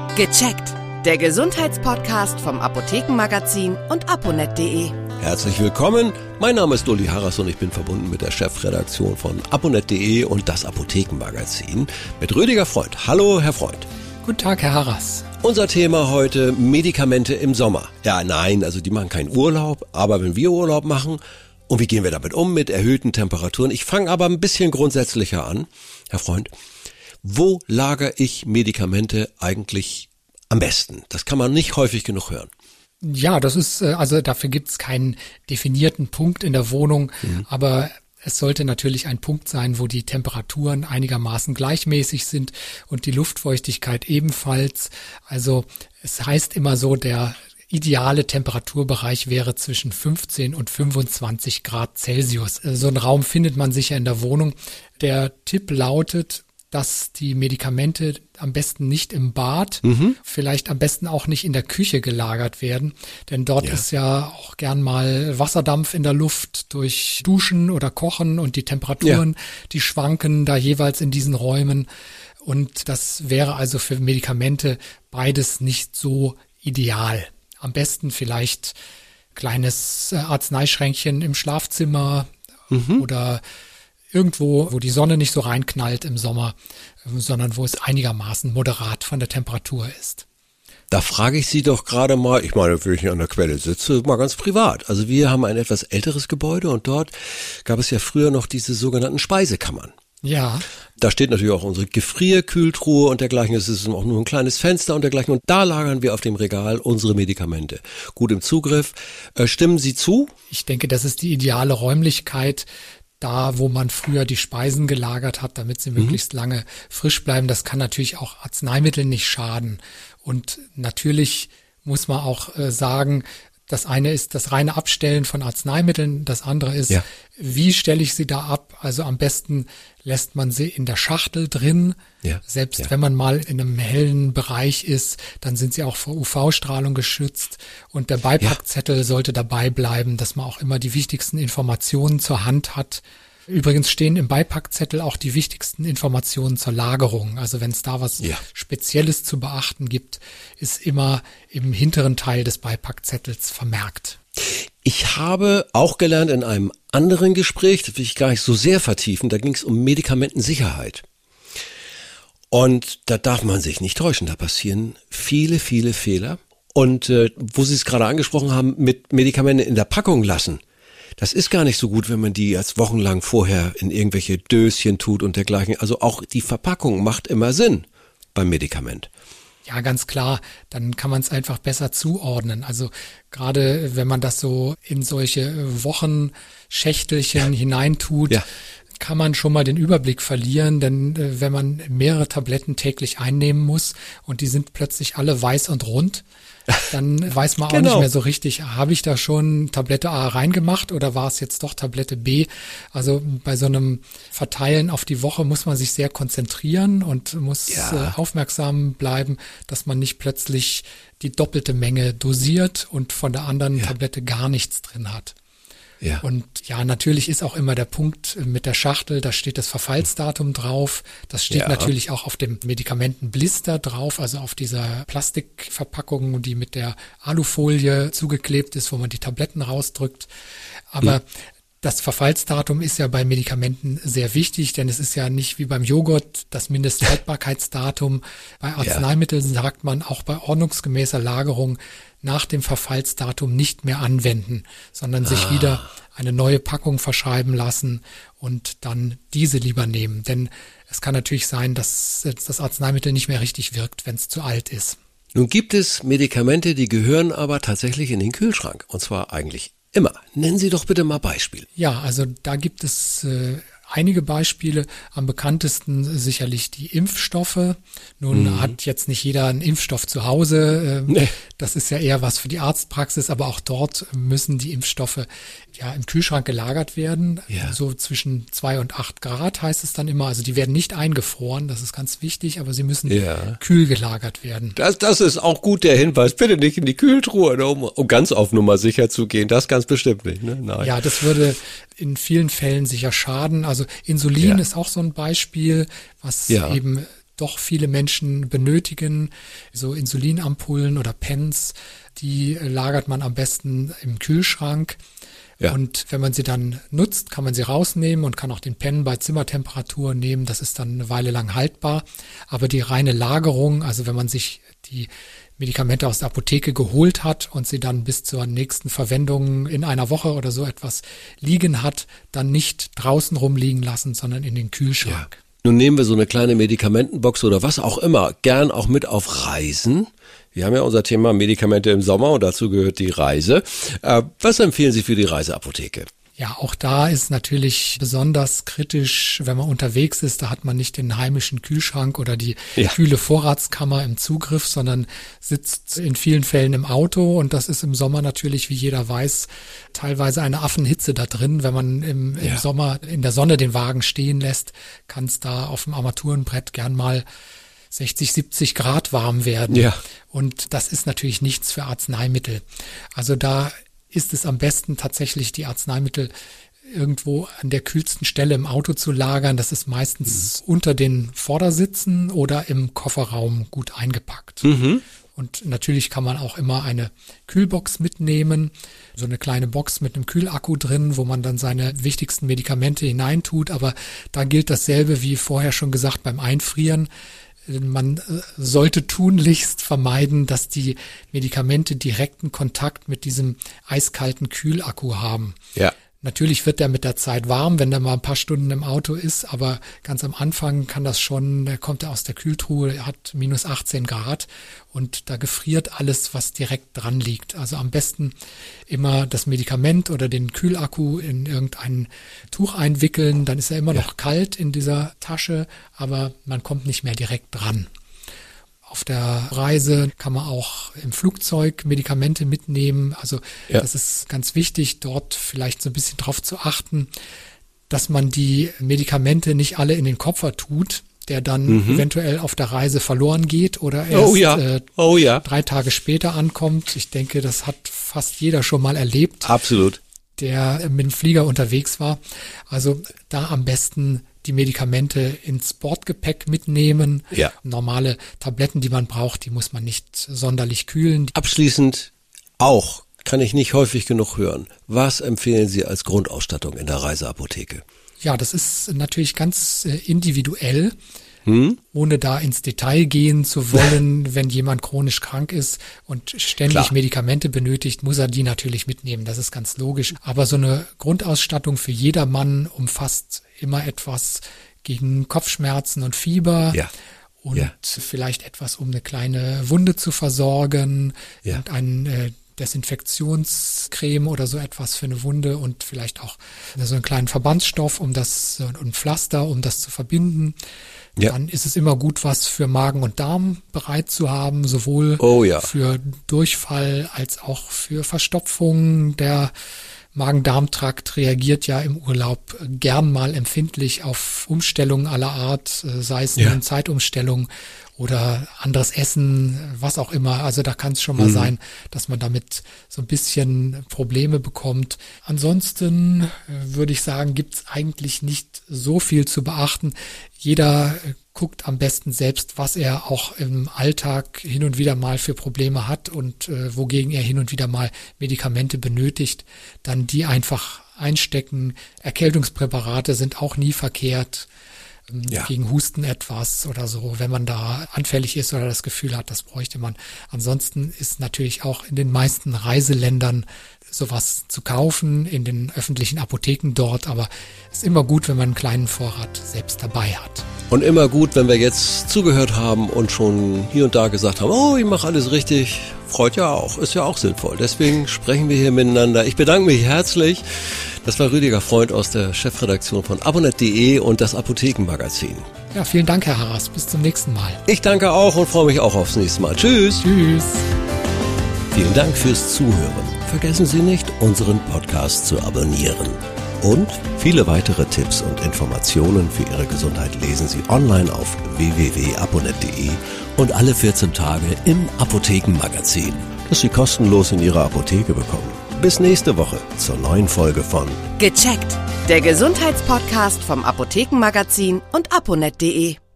Gecheckt. Der Gesundheitspodcast vom Apothekenmagazin und aponet.de. Herzlich willkommen, mein Name ist Uli Harras und ich bin verbunden mit der Chefredaktion von aponet.de und das Apothekenmagazin mit Rüdiger Freund. Hallo, Herr Freund. Guten Tag, Herr Harras. Unser Thema heute: Medikamente im Sommer. Ja, nein, also die machen keinen Urlaub, aber wenn wir Urlaub machen, und wie gehen wir damit um mit erhöhten Temperaturen? Ich fange aber ein bisschen grundsätzlicher an, Herr Freund. Wo lagere ich Medikamente eigentlich am besten? Das kann man nicht häufig genug hören. Ja, das ist, also dafür gibt es keinen definierten Punkt in der Wohnung, aber es sollte natürlich ein Punkt sein, wo die Temperaturen einigermaßen gleichmäßig sind und die Luftfeuchtigkeit ebenfalls. Also es heißt immer so, der ideale Temperaturbereich wäre zwischen 15 und 25 Grad Celsius. So einen Raum findet man sicher in der Wohnung. Der Tipp lautet, dass die Medikamente am besten nicht im Bad, vielleicht am besten auch nicht in der Küche gelagert werden, denn dort ist ja auch gern mal Wasserdampf in der Luft durch Duschen oder Kochen und die Temperaturen, die schwanken da jeweils in diesen Räumen und das wäre also für Medikamente beides nicht so ideal. Am besten vielleicht kleines Arzneischränkchen im Schlafzimmer oder irgendwo, wo die Sonne nicht so reinknallt im Sommer, sondern wo es einigermaßen moderat von der Temperatur ist. Da frage ich Sie doch gerade mal, ich meine, wenn ich an der Quelle sitze, mal ganz privat. Also wir haben ein etwas älteres Gebäude und dort gab es ja früher noch diese sogenannten Speisekammern. Ja. Da steht natürlich auch unsere Gefrierkühltruhe und dergleichen. Es ist auch nur ein kleines Fenster und dergleichen. Und da lagern wir auf dem Regal unsere Medikamente. Gut im Zugriff. Stimmen Sie zu? Ich denke, das ist die ideale Räumlichkeit, da wo man früher die Speisen gelagert hat, damit sie möglichst lange frisch bleiben. Das kann natürlich auch Arzneimitteln nicht schaden. Und natürlich muss man auch sagen, das eine ist das reine Abstellen von Arzneimitteln, das andere ist, wie stelle ich sie da ab? Also am besten lässt man sie in der Schachtel drin. Selbst wenn man mal in einem hellen Bereich ist, dann sind sie auch vor UV-Strahlung geschützt. Und der Beipackzettel sollte dabei bleiben, dass man auch immer die wichtigsten Informationen zur Hand hat. Übrigens stehen im Beipackzettel auch die wichtigsten Informationen zur Lagerung. Also wenn es da was Spezielles zu beachten gibt, ist immer im hinteren Teil des Beipackzettels vermerkt. Ich habe auch gelernt in einem anderen Gespräch, das will ich gar nicht so sehr vertiefen, da ging es um Medikamentensicherheit. Und da darf man sich nicht täuschen, da passieren viele, viele Fehler. Und wo Sie es gerade angesprochen haben, mit Medikamenten in der Packung lassen, das ist gar nicht so gut, wenn man die jetzt wochenlang vorher in irgendwelche Döschen tut und dergleichen. Also auch die Verpackung macht immer Sinn beim Medikament. Ja, ganz klar, dann kann man es einfach besser zuordnen. Also gerade wenn man das so in solche Wochenschächtelchen hineintut, kann man schon mal den Überblick verlieren, denn wenn man mehrere Tabletten täglich einnehmen muss und die sind plötzlich alle weiß und rund, dann weiß man auch nicht mehr so richtig, habe ich da schon Tablette A reingemacht oder war es jetzt doch Tablette B? Also bei so einem Verteilen auf die Woche muss man sich sehr konzentrieren und muss aufmerksam bleiben, dass man nicht plötzlich die doppelte Menge dosiert und von der anderen Tablette gar nichts drin hat. Ja. Und ja, natürlich ist auch immer der Punkt mit der Schachtel, da steht das Verfallsdatum drauf. Das steht natürlich auch auf dem Medikamentenblister drauf, also auf dieser Plastikverpackung, die mit der Alufolie zugeklebt ist, wo man die Tabletten rausdrückt. Aber das Verfallsdatum ist ja bei Medikamenten sehr wichtig, denn es ist ja nicht wie beim Joghurt das Mindesthaltbarkeitsdatum. Bei Arzneimitteln sagt man auch bei ordnungsgemäßer Lagerung nach dem Verfallsdatum nicht mehr anwenden, sondern sich wieder eine neue Packung verschreiben lassen und dann diese lieber nehmen. Denn es kann natürlich sein, dass das Arzneimittel nicht mehr richtig wirkt, wenn es zu alt ist. Nun gibt es Medikamente, die gehören aber tatsächlich in den Kühlschrank. Und zwar eigentlich immer. Nennen Sie doch bitte mal Beispiele. Ja, also da gibt es einige Beispiele. Am bekanntesten sicherlich die Impfstoffe. Nun hat jetzt nicht jeder einen Impfstoff zu Hause. Das ist ja eher was für die Arztpraxis, aber auch dort müssen die Impfstoffe ja im Kühlschrank gelagert werden. So zwischen 2 und 8 Grad heißt es dann immer. Also die werden nicht eingefroren, das ist ganz wichtig, aber sie müssen kühl gelagert werden. Das ist auch gut, der Hinweis. Bitte nicht in die Kühltruhe, um ganz auf Nummer sicher zu gehen. Das ganz bestimmt nicht. Ne? Nein. Ja, das würde in vielen Fällen sicher schaden. Also Insulin ist auch so ein Beispiel, was eben doch viele Menschen benötigen, so Insulinampullen oder Pens, die lagert man am besten im Kühlschrank. Ja. Und wenn man sie dann nutzt, kann man sie rausnehmen und kann auch den Pen bei Zimmertemperatur nehmen. Das ist dann eine Weile lang haltbar. Aber die reine Lagerung, also wenn man sich die Medikamente aus der Apotheke geholt hat und sie dann bis zur nächsten Verwendung in einer Woche oder so etwas liegen hat, dann nicht draußen rumliegen lassen, sondern in den Kühlschrank. Ja. Nun nehmen wir so eine kleine Medikamentenbox oder was auch immer gern auch mit auf Reisen. Wir haben ja unser Thema Medikamente im Sommer und dazu gehört die Reise. Was empfehlen Sie für die Reiseapotheke? Ja, auch da ist natürlich besonders kritisch, wenn man unterwegs ist. Da hat man nicht den heimischen Kühlschrank oder die kühle Vorratskammer im Zugriff, sondern sitzt in vielen Fällen im Auto. Und das ist im Sommer natürlich, wie jeder weiß, teilweise eine Affenhitze da drin. Wenn man im Sommer in der Sonne den Wagen stehen lässt, kann es da auf dem Armaturenbrett gern mal 60, 70 Grad warm werden. Ja. Und das ist natürlich nichts für Arzneimittel. Also da ist es am besten tatsächlich, die Arzneimittel irgendwo an der kühlsten Stelle im Auto zu lagern. Das ist meistens unter den Vordersitzen oder im Kofferraum gut eingepackt. Und natürlich kann man auch immer eine Kühlbox mitnehmen, so eine kleine Box mit einem Kühlakku drin, wo man dann seine wichtigsten Medikamente hineintut. Aber da gilt dasselbe wie vorher schon gesagt beim Einfrieren. Man sollte tunlichst vermeiden, dass die Medikamente direkten Kontakt mit diesem eiskalten Kühlakku haben. Ja. Natürlich wird der mit der Zeit warm, wenn der mal ein paar Stunden im Auto ist, aber ganz am Anfang kann das schon, da kommt er aus der Kühltruhe, hat minus 18 Grad und da gefriert alles, was direkt dran liegt. Also am besten immer das Medikament oder den Kühlakku in irgendein Tuch einwickeln, dann ist er immer noch kalt in dieser Tasche, aber man kommt nicht mehr direkt dran. Auf der Reise kann man auch im Flugzeug Medikamente mitnehmen. Also das ist ganz wichtig, dort vielleicht so ein bisschen drauf zu achten, dass man die Medikamente nicht alle in den Koffer tut, der dann eventuell auf der Reise verloren geht oder erst 3 Tage später ankommt. Ich denke, das hat fast jeder schon mal erlebt. Absolut. Der mit dem Flieger unterwegs war. Also da am besten die Medikamente ins Bordgepäck mitnehmen. Ja. Normale Tabletten, die man braucht, die muss man nicht sonderlich kühlen. Abschließend auch, kann ich nicht häufig genug hören. Was empfehlen Sie als Grundausstattung in der Reiseapotheke? Ja, das ist natürlich ganz individuell. Ohne da ins Detail gehen zu wollen, wenn jemand chronisch krank ist und ständig Medikamente benötigt, muss er die natürlich mitnehmen. Das ist ganz logisch. Aber so eine Grundausstattung für jedermann umfasst immer etwas gegen Kopfschmerzen und Fieber. Ja. Und vielleicht etwas, um eine kleine Wunde zu versorgen. Ja. Und ein Desinfektionscreme oder so etwas für eine Wunde und vielleicht auch so einen kleinen Verbandsstoff, und ein Pflaster, um das zu verbinden. Ja. Dann ist es immer gut, was für Magen und Darm bereit zu haben, sowohl für Durchfall als auch für Verstopfung. Der Magen-Darm-Trakt reagiert ja im Urlaub gern mal empfindlich auf Umstellungen aller Art, sei es eine Zeitumstellung oder anderes Essen, was auch immer. Also da kann es schon mal sein, dass man damit so ein bisschen Probleme bekommt. Ansonsten würde ich sagen, gibt es eigentlich nicht so viel zu beachten. Jeder guckt am besten selbst, was er auch im Alltag hin und wieder mal für Probleme hat und wogegen er hin und wieder mal Medikamente benötigt. Dann die einfach einstecken. Erkältungspräparate sind auch nie verkehrt. Gegen Husten etwas oder so, wenn man da anfällig ist oder das Gefühl hat, das bräuchte man. Ansonsten ist natürlich auch in den meisten Reiseländern sowas zu kaufen, in den öffentlichen Apotheken dort, aber es ist immer gut, wenn man einen kleinen Vorrat selbst dabei hat. Und immer gut, wenn wir jetzt zugehört haben und schon hier und da gesagt haben, oh, ich mache alles richtig, freut ja auch, ist ja auch sinnvoll. Deswegen sprechen wir hier miteinander. Ich bedanke mich herzlich. Das war Rüdiger Freund aus der Chefredaktion von abonnet.de und das Apothekenmagazin. Ja, vielen Dank, Herr Harras. Bis zum nächsten Mal. Ich danke auch und freue mich auch aufs nächste Mal. Tschüss. Tschüss. Vielen Dank fürs Zuhören. Vergessen Sie nicht, unseren Podcast zu abonnieren. Und viele weitere Tipps und Informationen für Ihre Gesundheit lesen Sie online auf www.abonnet.de und alle 14 Tage im Apothekenmagazin, das Sie kostenlos in Ihrer Apotheke bekommen. Bis nächste Woche zur neuen Folge von Gecheckt, der Gesundheitspodcast vom Apothekenmagazin und abonnet.de.